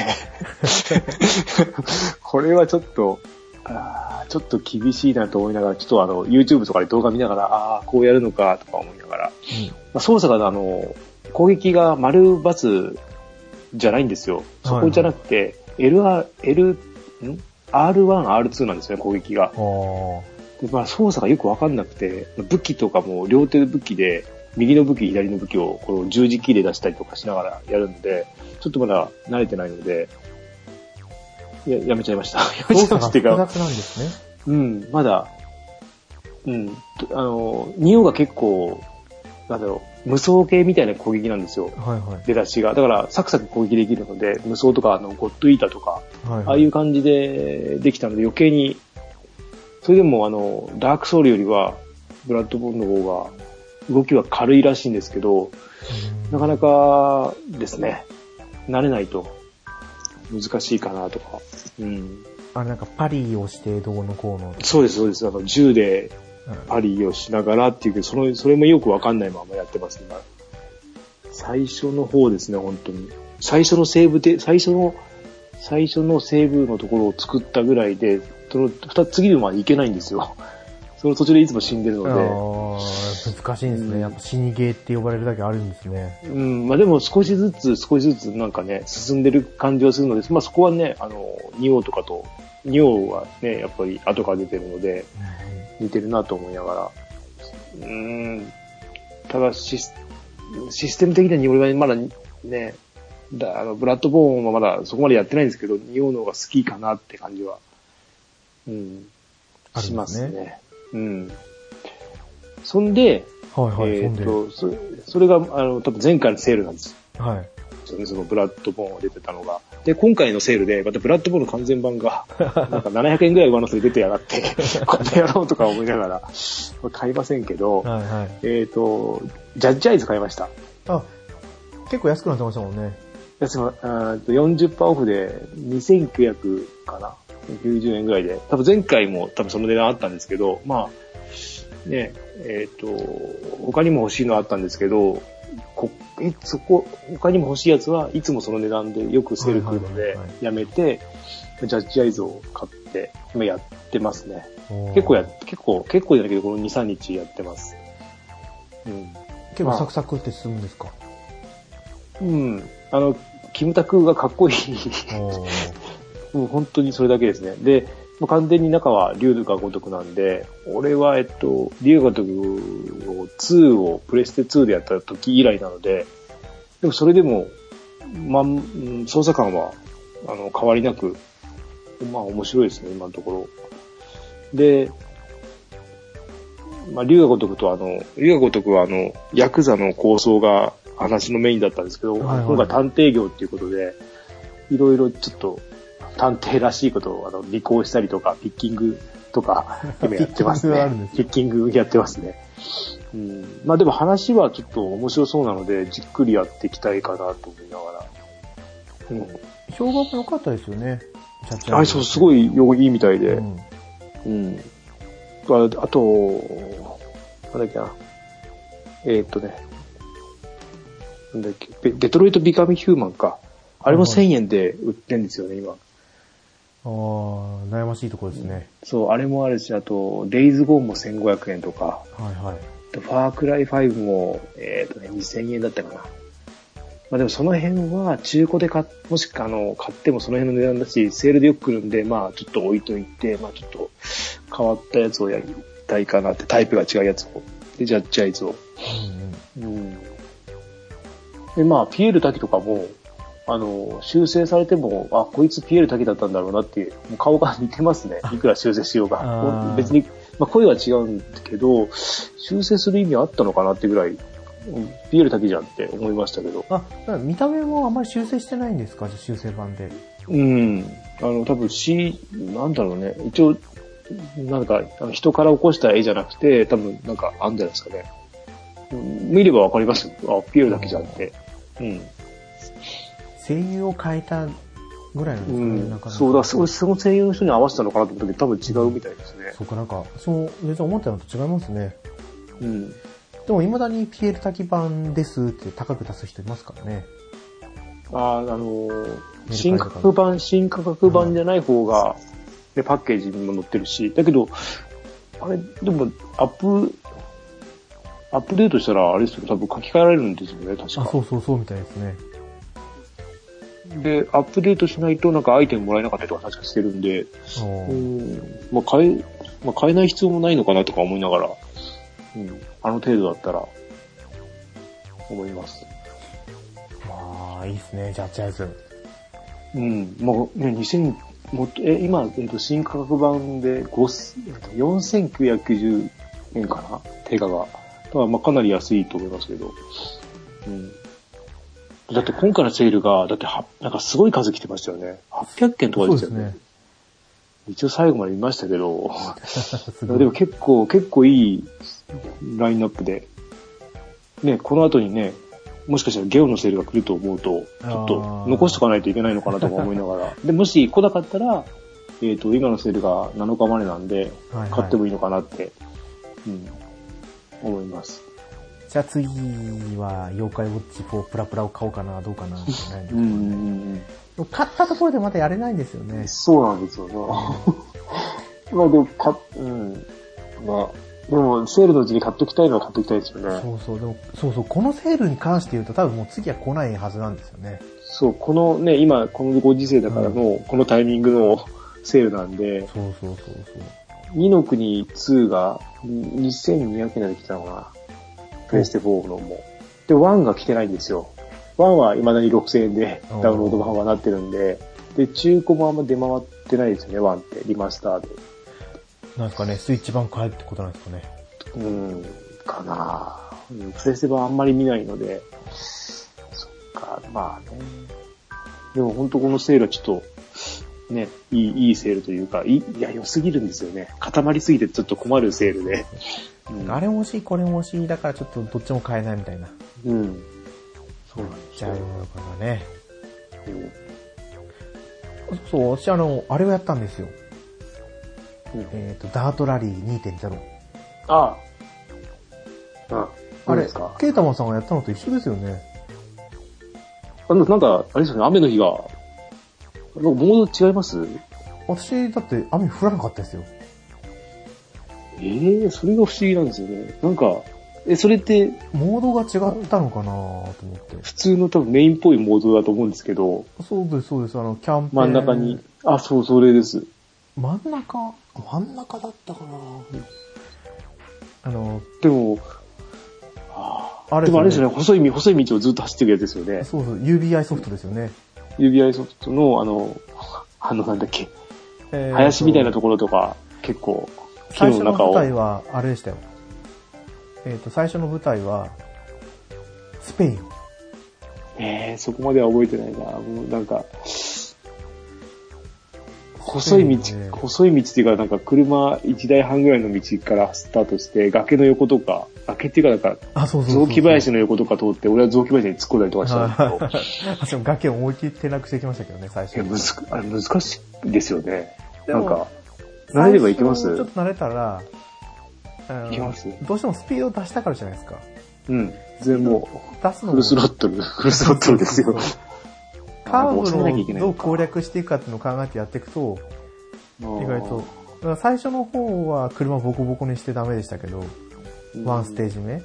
これはちょっと、あちょっと厳しいなと思いながら、ちょっとあの、YouTube とかで動画見ながら、ああ、こうやるのか、とか思いながら。うん、まあ、操作があの、攻撃が丸×じゃないんですよ。そこじゃなくて、はいはい、エルアール、L、ん アールワン、アールツー なんですよね、攻撃が。で、まあ、操作がよくわかんなくて、武器とかも両手で武器で、右の武器、左の武器をこの十字キーで出したりとかしながらやるんで、ちょっとまだ慣れてないので、や、やめちゃいました。やめちゃいましたっていうか。 複雑なんですね。 うん、まだ、うん、あの、ニオが結構、なんだろう、無双系みたいな攻撃なんですよ。はいはい。出だしが。だから、サクサク攻撃できるので、無双とか、あの、ゴッドイーターとか、はいはい、ああいう感じでできたので余計に、それでもあの、ダークソウルよりは、ブラッドボーンの方が、動きは軽いらしいんですけど、なかなかですね、慣れないと難しいかなとか。うん。 あれなんかパリーをしてどうのこうの。 そうです、そうです。あの、銃でパリーをしながらっていうけど、その、それもよくわかんないままやってます、今。最初の方ですね、本当に。最初のセーブで、最初の、最初のセーブのところを作ったぐらいで、その、二つ次のまでいけないんですよ。その途中でいつも死んでるので。 あ難しいんですね、うん。やっぱ死にゲーって呼ばれるだけあるんですね。 うん。まあでも少しずつ少しずつなんかね、進んでる感じはするので、まあそこはね、あの、ニオとかと、ニオはね、やっぱり後から出てるので、似てるなと思いながら。うん。ただシス、システム的には俺はまだね、だあのブラッドボーンはまだそこまでやってないんですけど、ニオの方が好きかなって感じは、うん、しますね。うん。そんで、はいはい、えっ、ー、とそ、それが、あの、多分前回のセールなんです。はい。そのブラッドボーンが出てたのが。で、今回のセールで、またブラッドボーンの完全版が、なんかななひゃくえんぐらい上乗せで出てやがって、こんなやろうとか思いながら、買いませんけど、はいはい、えっ、ー、と、ジャッジアイズ買いました。 あ、結構安くなってましたもんね。 安くな、よんじゅっパーセントオフでにせんきゅうひゃくかな。きゅうじゅうえんぐらいで、多分前回も多分その値段あったんですけど、まあ、ね、えっ、ー、と、他にも欲しいのあったんですけど、こえそこ、他にも欲しいやつはいつもその値段でよくセール来るので、やめて、ジャッジアイズを買って、今やってますね。結構や、結構、結構じゃないけど、このに、さんにちやってます。 うん。結構サクサクって進むんですか？ うん。あの、キムタクがかっこいい。もう本当にそれだけですね。で、もう完全に中は竜が如くなんで、俺は、えっと、竜が如くをツーをプレステツーでやった時以来なので、でもそれでも、まん、操作感は、あの、変わりなく、まあ面白いですね、今のところ。で、まあ、竜が如くとあの、竜が如くはあの、ヤクザの構想が話のメインだったんですけど、はいはい、今回探偵業っていうことで、いろいろちょっと、探偵らしいことをあの尾行したりとか、ピッキングとか、今やってますね。ピッキングやってますね。うん、まあでも話はちょっと面白そうなので、じっくりやっていきたいかなと思いながら。 うん、評判も良かったですよね。 あ、そう、すごいいいみたいで。うん。うん、あ, あと、なんだっけな。えー、っとね。なんだっけ。デトロイト・ビカム・ヒューマンか。あれもせんえんで売ってんですよね、今。 ああ、悩ましいところですね。 そう、あれもあるし、あと、デイズゴーンもせんごひゃくえんとか。はいはい。ファークライファイブも、えっとね、にせんえんだったかな。まあでもその辺は中古で買っ、もしかあの、買ってもその辺の値段だし、セールでよく来るんで、まあちょっと置いといて、まあちょっと変わったやつをやりたいかなって、タイプが違うやつを。で、ジャッジアイズを。うん、うん。で、まあ、ピエール滝とかも、あの、修正されても、あ、こいつピエール滝だったんだろうなっていう、顔が似てますね。いくら修正しようが。別に、まあ声は違うんだけど、修正する意味あったのかなってぐらい、ピエール滝じゃんって思いましたけど。 あ、見た目もあんまり修正してないんですか？修正版で。 うん。あの、多分 C、なんだろうね。一応、なんか、人から起こした絵じゃなくて、多分なんかあんじゃないですかね。見ればわかります。あ、ピエール滝じゃんって。うん。 声優を変えたぐらいなんですかね。 うん、 なかなかそうだ、その専用の人に合わせたのかなと思ったけど、多分違うみたいですね。 そうか、なんか、そう、全然思ったのと違いますね。 うん。 でも、未だに ピーエル 滝版ですって高く出す人いますからね。 ああ、あのー、新価格版、新価格版じゃない方が、で、パッケージにも載ってるし、だけど、あれ、でも、アップ、アップデートしたら、あれですよ、多分書き換えられるんですよね、確か。 あ、そうそうそうみたいですね。 で、アップデートしないとなんかアイテムもらえなかったりとか確かしてるんで、うん、まあ変え、まあ変えない必要もないのかなとか思いながら、うん、あの程度だったら、思います。 まあ、いいですね、ジャッジアイズ。 うん、もうね、にせん、もっと、え、今、えっと、新価格版でよんせんきゅうひゃくきゅうじゅうえんかな定価が。だからまあかなり安いと思いますけど。うん。だって今回のセールが、だっては、なんかすごい数来てましたよね。はっぴゃっけんとかでしたよね。そうですね。一応最後まで見ましたけど。でも結構、結構いいラインナップで。ね、この後にね、もしかしたらゲオのセールが来ると思うと、ちょっと残しとかないといけないのかなとか思いながら。で、もし来なかったら、えっと、今のセールがなのかまでなんで、はいはい、買ってもいいのかなって、うん、思います。 じゃあ次は、妖怪ウォッチフォープラプラを買おうかな、どうかな、ってないんですうんうんうん。買ったところでまたやれないんですよね。 そうなんですよね。まあでも、か、うん。まあ、でも、セールのうちに買っときたいのは買っときたいですよね。 そうそう、でも、そうそう、このセールに関して言うと多分もう次は来ないはずなんですよね。 そう、このね、今、このご時世だからの、うん、このタイミングのセールなんで、 そうそうそうそう。 にの国ツーがにせんにひゃくえんで来たのかな。プレステフォーのも。で、ワンが来てないんですよ。ワンは未だにろくせんえんでダウンロード版はなってるんで、で、中古もあんま出回ってないですよね、ワンって、リマスターで。 なんですかね、スイッチ版買えってことなんですかね。 うん、かなぁ、うん。プレステ版あんまり見ないので、そっか、まあね。でも本当このセールはちょっと、ね、いい、いいセールというか、いい、いや、良すぎるんですよね。固まりすぎてちょっと困るセールで。 うん、あれも欲しい、これも欲しい、だからちょっとどっちも買えないみたいな。 うん。そうなんですよ。 じゃあ、からね。うん、そう、私あの、あれをやったんですよ。うん、えっ、ー、と、ダートラリー にてんゼロ。 ああ。ああれですか？ケイタマンさんがやったのと一緒ですよね。 あの、なんか、あれですよね、雨の日が、なんかモード違います？ 私、だって雨降らなかったですよ。 ええー、それが不思議なんですよね。なんか、え、それって、 モードが違ったのかなと思って。 普通の多分メインっぽいモードだと思うんですけど。 そうです、そうです。あの、キャンペーン。 真ん中に。あ、そう、それです。 真ん中真ん中だったかな、あの、 でも、ああれ、ね、でもあれですよね、細い、細い道をずっと走ってるやつですよね。 そうそう、ユービーアイ ソフトですよね。 ユービーアイ ソフトの、あの、あの、なんだっけ、えー、林みたいなところとか、結構、 最初の舞台は、あれでしたよ。えっ、ー、と、最初の舞台は、スペイン。 ええー、そこまでは覚えてないな。もうなんか、細い道、ね、細い道っていうか、なんか車いちだいはんぐらいの道からスタートして、崖の横とか、崖っていうかなんか、あ、そうそうそうそう、雑木林の横とか通って、俺は雑木林に突っ込んだりとかしたんだけど。 私も崖を思いっきり転落してきましたけどね、最初。 いや、むず、あれ難しいですよね。なんか、慣れればいけます？ ちょっと慣れたら、 いけます？ どうしてもスピードを出したからじゃないですか。 うん。全部出すのフルスロットル、フルスロットルですよ。 カーブをどう攻略していくかっていうのを考えてやっていくと、意外と、だから最初の方は車ボコボコにしてダメでしたけど、ワンステージ目。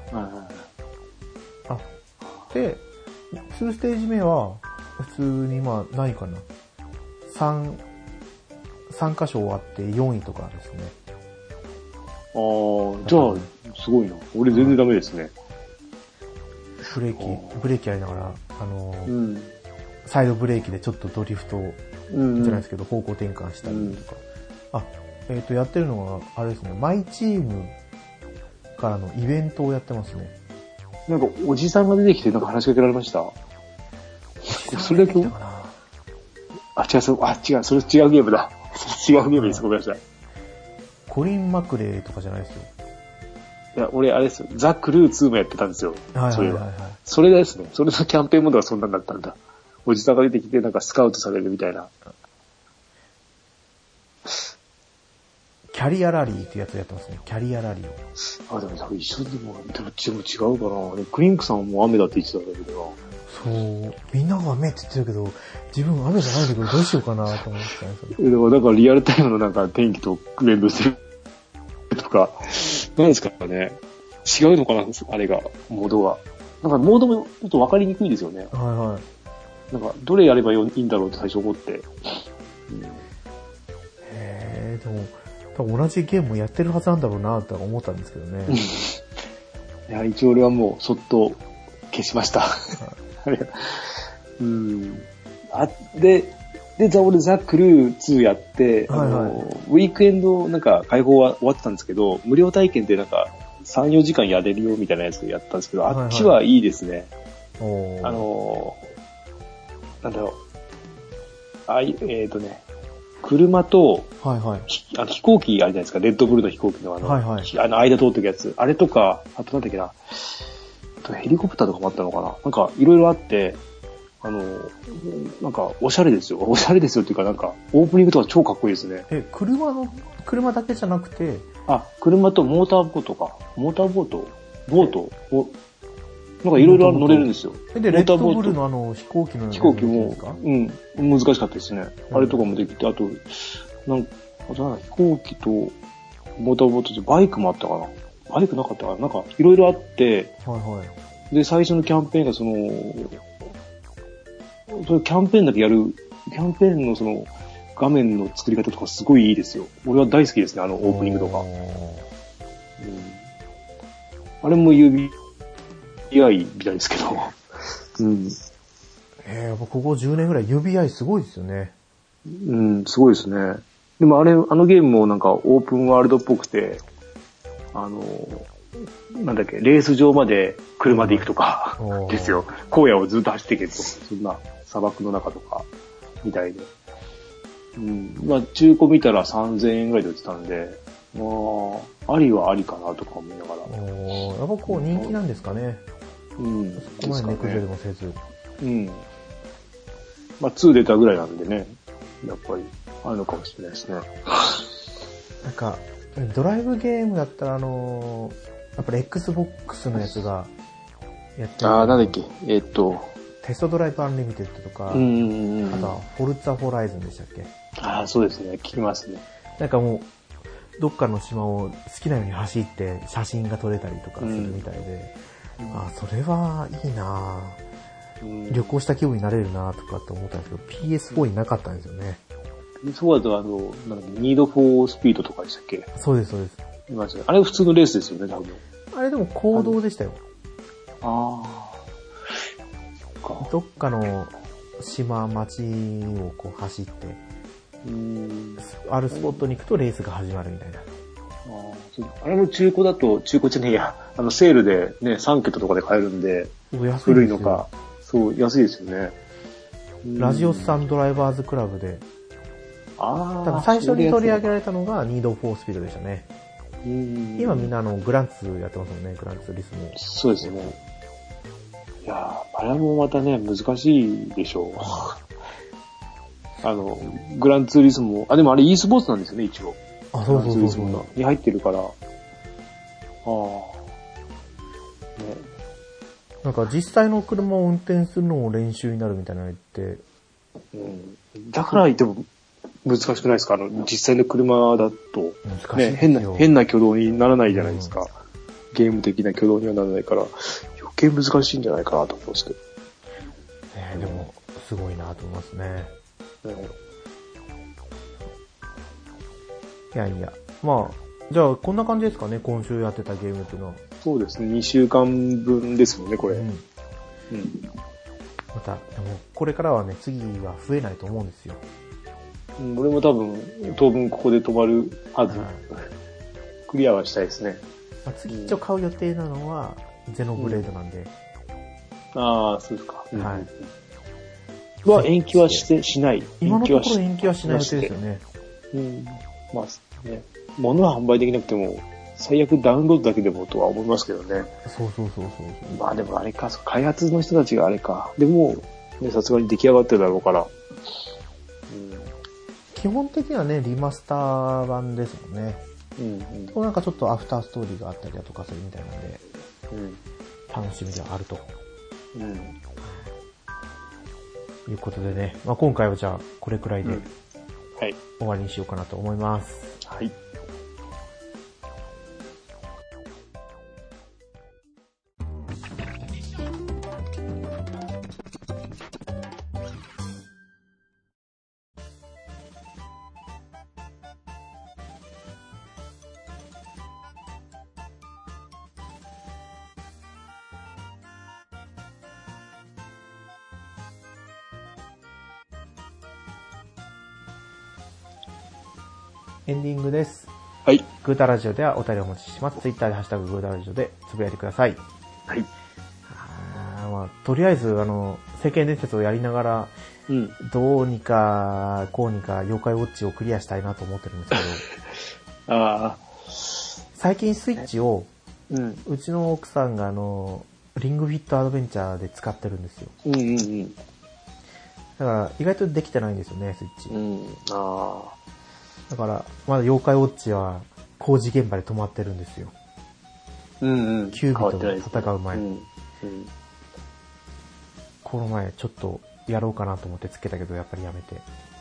あ、で、ツーステージ目は、普通にまあ、何かな。三、三箇所終わってよんいとかですね。 ああ、じゃあ、すごいな。俺全然ダメですね。 ブレーキ、ブレーキやりながら、あのー、うん、サイドブレーキでちょっとドリフトじゃないですけど、方向転換したりとか。うん、あ、えっと、やってるのが、あれですね、マイチームからのイベントをやってますね。 なんか、おじさんが出てきてなんか話しかけられました？それだけあ、違う、そあ、違う、それ違うゲームだ。違うゲームです、ごめんなさい。 コリン・マクレーとかじゃないですよ。 いや、俺、あれですよ。ザ・クルーツーもやってたんですよ。 はいはいはい、はい。 それですね。それのキャンペーンモードがそんなんだったんだ。 おじさんが出てきてなんかスカウトされるみたいな。 キャリアラリーってやつやってますね。キャリアラリーを。 あ、でも多分一緒でも、どっちも違うかな。クリンクさんも雨だって言ってたんだけどな。 そう、みんなが雨って言ってるけど、自分雨じゃないんだけどどうしようかなと思ってたんですよ。 でもだからリアルタイムのなんか天気と連動してるとか、なんですかね。違うのかな、あれが、モードが。なんかモードもちょっと分かりにくいですよね。 はいはい。 なんか、どれやればいいんだろうって最初思って。うん、 へー、でも、多分同じゲームをやってるはずなんだろうなとは思ったんですけどね。 いや、一応俺はもう、そっと消しました。はい、うん。あ、で、で、ザ・俺ザ・クルーツーやって、はいはい、あの、ウィークエンドなんか開放は終わってたんですけど、無料体験でなんかさん、よじかんやれるよみたいなやつやったんですけど、あっちはいいですね。はいはい、あの、なんだろう。あい、えっとね、車と、はいはい、あの飛行機あるじゃないですか、レッドブルの飛行機のあの、はいはい、あの間通ってくやつ。あれとか、あとなんだっけな、あとヘリコプターとかもあったのかな。なんかいろいろあって、あの、なんかおしゃれですよ。おしゃれですよっていうかなんか、オープニングとか超かっこいいですね。 え、車の、車だけじゃなくて、 あ、車とモーターボートか。モーターボートボートを、なんかいろいろ乗れるんですよ。 で、レッドブルのあの飛行機の飛行機も、うん、難しかったですね。うん、あれとかもできて、あと、なんか、あとなんか飛行機と、モーターボートとバイクもあったかな。バイクなかったかな。なんかいろいろあって、はいはい。で、最初のキャンペーンがその、それキャンペーンだけやる、キャンペーンのその、画面の作り方とかすごいいいですよ。俺は大好きですね、あのオープニングとか。うん、あれも指、ユービーアイ みたいですけど。うん。 えー、ここじゅうねんぐらい ユービーアイ すごいですよね。 うん、すごいですね。でもあれ、あのゲームもなんかオープンワールドっぽくて、あの、なんだっけ、レース場まで車で行くとか、ですよ。荒野をずっと走っていけると。そんな砂漠の中とか、みたいで。うん。まあ、中古見たらさんぜんえんぐらいで売ってたんで、まあ、ありはありかなとか思いながら。 おやっぱこう人気なんですかね。うん。そこまで値崩れもせず。 うん。まあ、ツー出たぐらいなんでね、やっぱり、あるのかもしれないですね。 なんか、ドライブゲームだったらあのー、やっぱり Xbox のやつがやってる。 ああ、なんだっけ、えー、っと、 テストドライブアンリミテッドとか、 うんうんうん、 あとはフォルツァホライズンでしたっけ。 ああ、そうですね、聞きますね。 なんかもう、どっかの島を好きなように走って写真が撮れたりとかするみたいで、うん、あ、それはいいなぁ、うん、旅行した気分になれるなとかって思ったんですけど、ピーエスフォー になかったんですよね。 そうだと、あの、なんだっけ、ニードフォースピードとかでしたっけ。 そうです、そうです。 いますね。あれ普通のレースですよね、多分。 あれでも公道でしたよ。 ああ。どっかの島、町をこう走って、うーん、あるスポットに行くとレースが始まるみたいな。ああ、あれも中古だと、中古じゃねえや、あのセールでね、さん桁とかで買えるんで、古いのか、そう、安いですよね。 ラジオスさんドライバーズクラブで、ああ、多分最初に取り上げられたのがニードフォースピードでしたね。うん今みんなあのグランツやってますもんね、グランツリスも。 そうですね。いやー、あれもまたね、難しいでしょう。あの、グランツーリスモ、あ、でもあれ e スポーツなんですよね、一応。 あ、そうそうそうそう。 に入ってるから。ああ。 ね。なんか実際の車を運転するのも練習になるみたいなの言って。 うん。だから言っても難しくないですか？あの、実際の車だと。 難しい。 ね、変な、変な挙動にならないじゃないですか。うん、ゲーム的な挙動にはならないから、余計難しいんじゃないかなと思うんですけど。 えー、でも、すごいなと思いますね。いやいや。まあ、じゃあこんな感じですかね、今週やってたゲームっていうのは。 そうですね、にしゅうかんぶんですもんね、これ。うん。うん、 また、でもこれからはね、次は増えないと思うんですよ。 うん、俺も多分、当分ここで止まるはず。はい、クリアはしたいですね。 まあ、次一応買う予定なのは、ゼノブレードなんで。 うん、ああ、そうですか。はい。うんは延期はしてしない。 今のところ延期はしない予定ですよね。 うん。まあね、物は販売できなくても、最悪ダウンロードだけでもとは思いますけどね。 そうそうそうそう。 まあでもあれか、開発の人たちがあれか。でも、 ね、さすがに出来上がってるだろうから。 うん、基本的にはね、リマスター版ですもんね。うんうん。なんかちょっとアフターストーリーがあったりだとかするみたいなんで、うん、楽しみではあると。うん。いうことでね、まあ、今回はじゃあこれくらいで、うん、はい。終わりにしようかなと思います。はい。エンディングです。はい。グータラジオではお便りをお待ちします。ツイッターでハッシュタググータラジオでつぶやいてください。はい。あまあ、とりあえず、あの、世間伝説をやりながら、うん、どうにか、こうにか、妖怪ウォッチをクリアしたいなと思ってるんですけど。ああ。最近スイッチを、うん、うちの奥さんがあの、リングフィットアドベンチャーで使ってるんですよ。うんうんうん。だから意外とできてないんですよね、スイッチ。うん。ああ。だから、まだ妖怪ウォッチは工事現場で止まってるんですよ。うんうん。キュービと戦う前。うんうん、この前ちょっとやろうかなと思ってつけたけど、やっぱりやめて。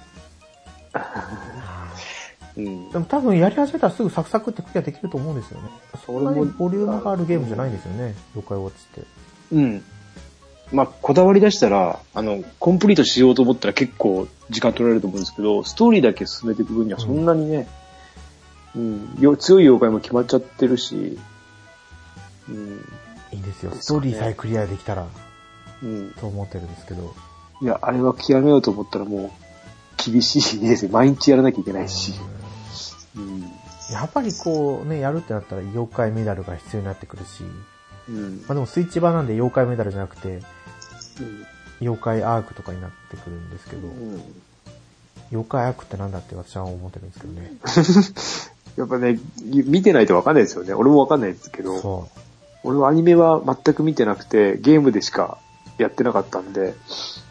うん、でも多分やり始めたらすぐサクサクってクリアできると思うんですよね。そんなにボリュームがあるゲームじゃないんですよね、妖怪ウォッチって。うん。まあ、こだわり出したら、あの、コンプリートしようと思ったら結構時間取られると思うんですけど、ストーリーだけ進めていく分にはそんなにね、うん、うん、強い妖怪も決まっちゃってるし、うん。いいんですよ。ストーリーさえクリアできたら、うん。と思ってるんですけど。いや、あれは極めようと思ったらもう、厳しいですね。毎日やらなきゃいけないし。うん、やっぱりこうね、やるってなったら妖怪メダルが必要になってくるし、うん、まあでもスイッチ版なんで妖怪メダルじゃなくて、うん、妖怪アークとかになってくるんですけど、うん、妖怪アークってなんだって私は思ってるんですけどね。やっぱね、見てないとわかんないですよね。俺もわかんないですけど、そう俺はアニメは全く見てなくて、ゲームでしかやってなかったんで、うん、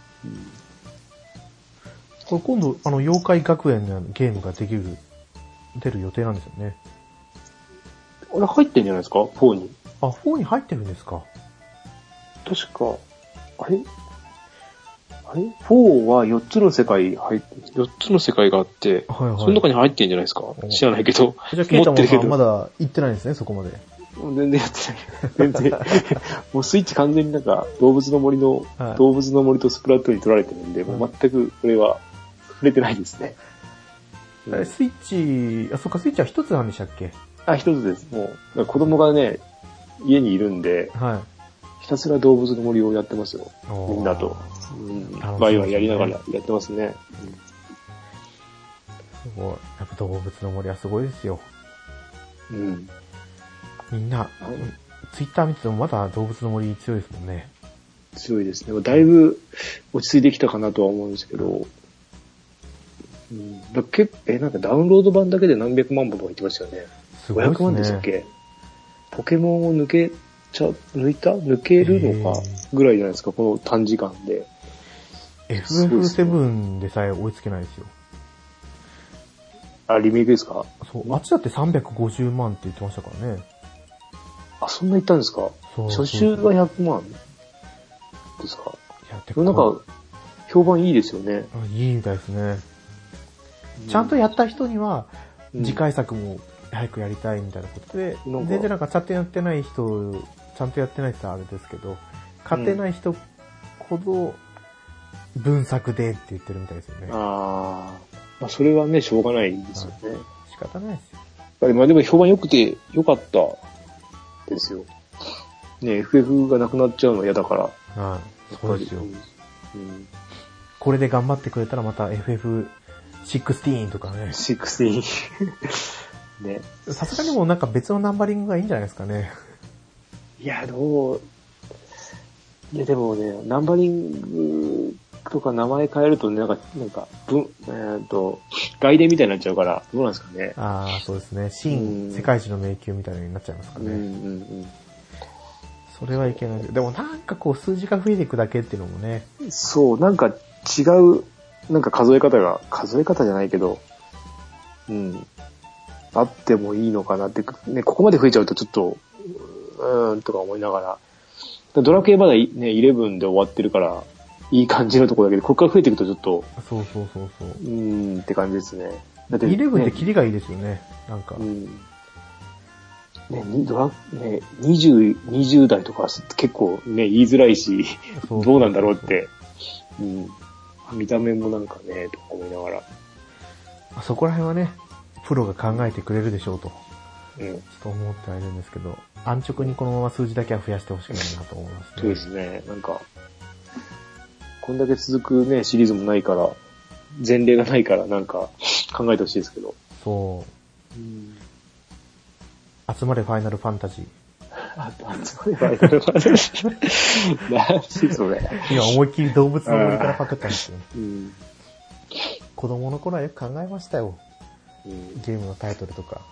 これ今度、あの、妖怪学園のゲームができる、出る予定なんですよね。あれ入ってんじゃないですか ?フォー に。あ、フォーに入ってるんですか。確か、あれあれ ?フォー はよっつの世界入って、よっつの世界があって、はいはい、その中に入ってんじゃないですか知らないけど。じゃあ、ケイタもまだ行ってないんですね、そこまで。全然やってない。全然。もうスイッチ完全になんか、動物の森の、はい、動物の森とスプラトゥーンに取られてるんで、もう全くこれは触れてないですね。うん、スイッチ、あ、そっか、スイッチは一つなんでしたっけ？あ、一つです。もう、子供がね、家にいるんで、はい、ひたすら動物の森をやってますよ。みんなと。うん。ワイワイやりながらやってますね。うん、すごい。やっぱ動物の森はすごいですよ。うん。みんな、ツイッター見ててもまだ動物の森強いですもんね。強いですね。だいぶ落ち着いてきたかなとは思うんですけど、うん、だけえ、なんかダウンロード版だけで何百万本とか言ってましたよね。すごいですね。ごひゃくまんでしたっけ？ポケモンを抜けちゃ、抜いた抜けるのかぐらいじゃないですか、この短時間で。エフエフセブン でさえ追いつけないですよ。あ、リメイクですか？そう、あっちだってさんびゃくごじゅうまんって言ってましたからね。あ、そんな言ったんですか？そうそうそう。初週がひゃくまんですか？いや、てか。なんか、評判いいですよね。いいみたいですね。うん、ちゃんとやった人には、次回作も早くやりたいみたいなことで、うん、全然なんかちゃんとやってない人、ちゃんとやってない人はあれですけど、買ってない人ほど、分作でって言ってるみたいですよね。ああ。まあ、それはね、しょうがないですよね。仕方ないですよ。まあでも評判良くて良かったですよ。ね、エフエフ がなくなっちゃうのは嫌だから。はい。そうですよ、うんうん。これで頑張ってくれたらまた エフエフじゅうろく とかね。じゅうろく ね。さすがにもうなんか別のナンバリングがいいんじゃないですかね。いや、どう、いやでもね、ナンバリングとか名前変えるとね、なんか、なんか、文、えー、っと、外伝みたいになっちゃうから、どうなんですかね。ああ、そうですね。新世界一の迷宮みたいなのになっちゃいますかね。うんうんうん。 それはいけない。でもなんかこう数字が増えていくだけっていうのもね。 そう、なんか違う、なんか数え方が、数え方じゃないけど、うん。あってもいいのかなって、ね、ここまで増えちゃうとちょっと、うーんとか思いながら、ドラクエまだね、じゅういちで終わってるから、いい感じのところだけど、ここから増えていくとちょっと、 そうそうそうそう。うーんって感じですね。 だって、じゅういちってキリがいいですよね、なんか。 うんね、ドラね、にじゅう、にじゅう代とか結構ね、言いづらいし、どうなんだろうって、うん、見た目もなんかね、とか思いながら。 そこら辺はね、プロが考えてくれるでしょうと、 うん、 ちょっと思ってはいるんですけど、安直にこのまま数字だけは増やしてほしくないなと思いますね。 そうですね、なんか、こんだけ続くね、シリーズもないから、前例がないからなんか考えてほしいですけど。 そう。うん集まれファイナルファンタジー。 あと、集まれファイナルファンタジー。何しそれ。 今思いっきり動物の森からパクったんですよ、うん。子供の頃はよく考えましたよ。うん、ゲームのタイトルとか。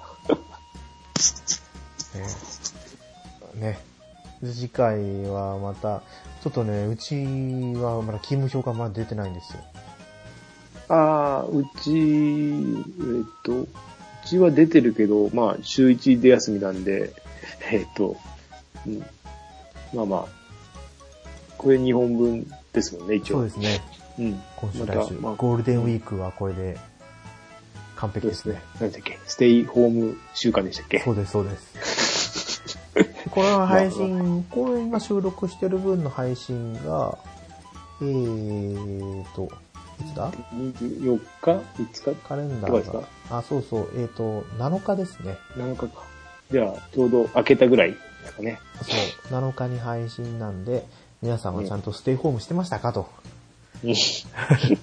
ね。ね。次回はまた、ちょっとね、うちはまだ勤務表がまだ出てないんですよ。 ああ、うち、えっと、うちは出てるけど、まあ、週一で休みなんで、えっと、うん、まあまあ、これにほんぶんですもんね、一応。 そうですね。うん。今週来週、まあ、ゴールデンウィークはこれで完璧ですね。 何でしたっけ？ステイホーム週間でしたっけ？ そうです、そうです。これは配信、これ今収録してる分の配信が、えーと、いつだ ? にじゅうよっか ?いつかカレンダーが。あ、そうそう。えっ、ー、と、なのかですね。 なのかか。じゃあ、ちょうど明けたぐらいですかね。 そう。なのかに配信なんで、皆さんはちゃんとステイホームしてましたかと。うん。聞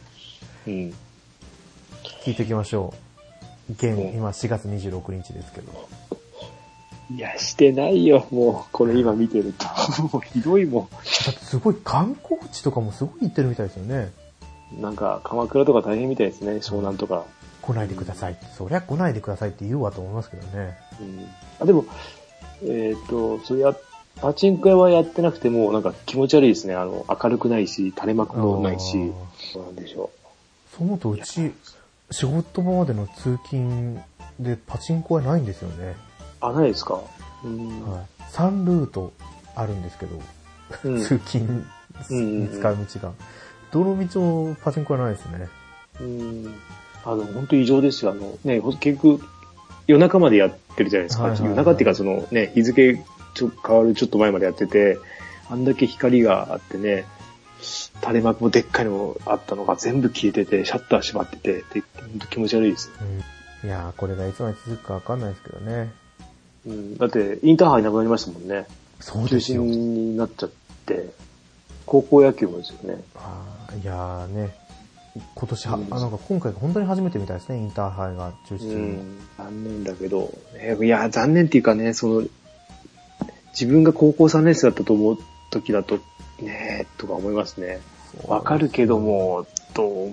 いておきましょう。現、うん、今しがつにじゅうろくにちですけど。 いや、してないよ、もう。これ今見てると。もうひどいもん。 だってすごい観光地とかもすごい行ってるみたいですよね。 なんか、鎌倉とか大変みたいですね、湘南とか。 来ないでくださいって。そりゃ来ないでくださいって言うわと思いますけどね。 うん。あ、でも、えっと、それや、パチンコ屋はやってなくても、なんか気持ち悪いですね。あの、明るくないし、垂れ幕もないし。そうなんでしょう。そう思うと、うち、仕事場までの通勤でパチンコ屋ないんですよね。 あ、ないですか。うん、 はい。さんルートあるんですけど、うん、通勤に使う道が。どの道もパチンコ屋ないですね。 うん。あの、本当異常ですよ。あの、ね、結局、夜中までやってるじゃないですか。はいはいはい、夜中っていうか、そのね、日付ちょ変わるちょっと前までやってて、あんだけ光があってね、垂れ幕もでっかいのあったのが全部消えてて、シャッター閉まってて、で本当気持ち悪いです、 うん。いやー、これがいつまで続くかわかんないですけどね。 うん、だって、インターハイなくなりましたもんね。 そうですよ。 中止になっちゃって、高校野球もですよね。 あいやーね、今年は、うん、あなんか今回本当に初めてみたいですね、インターハイが中止するの、うん。 残念だけど、いや、残念っていうかね、その、自分が高校さんねん生だったと思う時だと、ねとか思いますね。わかるけども、と、うん、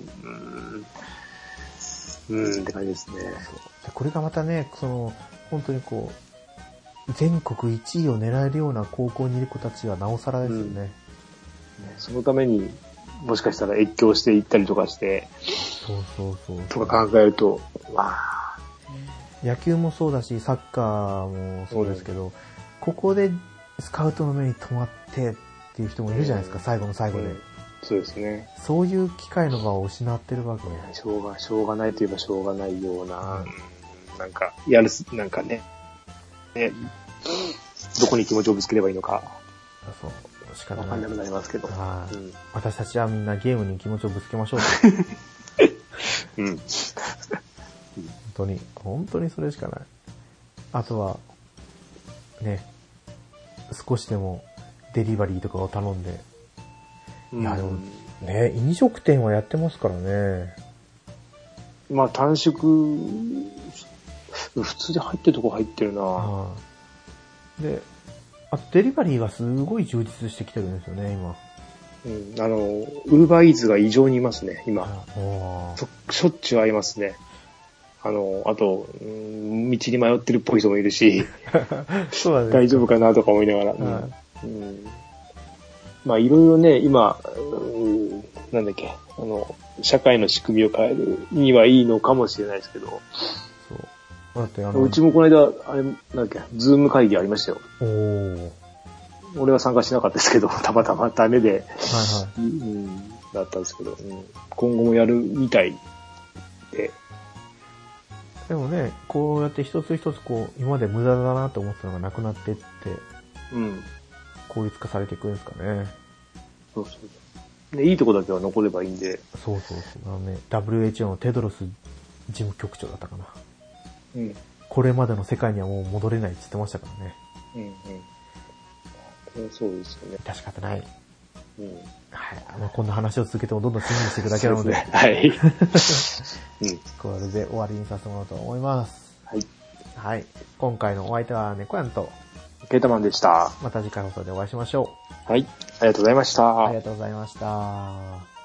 うんって感じですね。 そうこれがまたね、その、本当にこう、全国いちいを狙えるような高校にいる子たちはなおさらですよね。うん、ねそのために、もしかしたら越境していったりとかして、 そうそうそうそうとか考えると、まあ。 野球もそうだし、サッカーもそうですけど、うん、ここでスカウトの目に留まってっていう人もいるじゃないですか、うん、最後の最後で、うん。 そうですね。 そういう機会の場を失ってるわけね。 しょうが、しょうがないといえばしょうがないような、うん、なんか、やる、なんかね、ね、どこに気持ちをぶつければいいのか。 そう。しかない。 わかんなくなりますけど。 はい、うん。私たちはみんなゲームに気持ちをぶつけましょう。うん。本当に、本当にそれしかない。あとは、ね、少しでもデリバリーとかを頼んで。うん、いや、でも、ね、飲食店はやってますからね。 まあ、短縮、普通で入ってるとこ入ってるなぁ。 で、あとデリバリーがすごい充実してきてるんですよね、今。 うん、あの、ウーバーイーツが異常にいますね、今。しょっちゅう会いますね。あの、あと、うん、道に迷ってるっぽい人もいるし、そうだね、大丈夫かなとか思いながら。うん、 うん。まあいろいろね、今、うん、なんだっけ、あの、社会の仕組みを変えるにはいいのかもしれないですけど。そう。だってあの、うちもこの間、あれ、なんだっけ、ズーム会議ありましたよ。おー。俺は参加しなかったですけど、たまたまダメで、はいはい。うん、だったんですけど、うん、今後もやるみたいで。 でもね、こうやって一つ一つこう、今まで無駄だなと思ったのがなくなってって、うん。効率化されていくんですかね。 そうそう。で、いいとこだけは残ればいいんで。 そうそうそう。あのね、ダブリューエイチオー のテドロス事務局長だったかな。うん。これまでの世界にはもう戻れないって言ってましたからね。うんうん。そうですよね。致し方ない。うん。はい。あの、こんな話を続けてもどんどん進んでしていくだけなので。でね、はい。うん。これで終わりにさせてもらおうと思います。はい。はい。今回のお相手は猫やんと、 ケータマンでした。 また次回放送でお会いしましょう。はい。ありがとうございました。 ありがとうございました。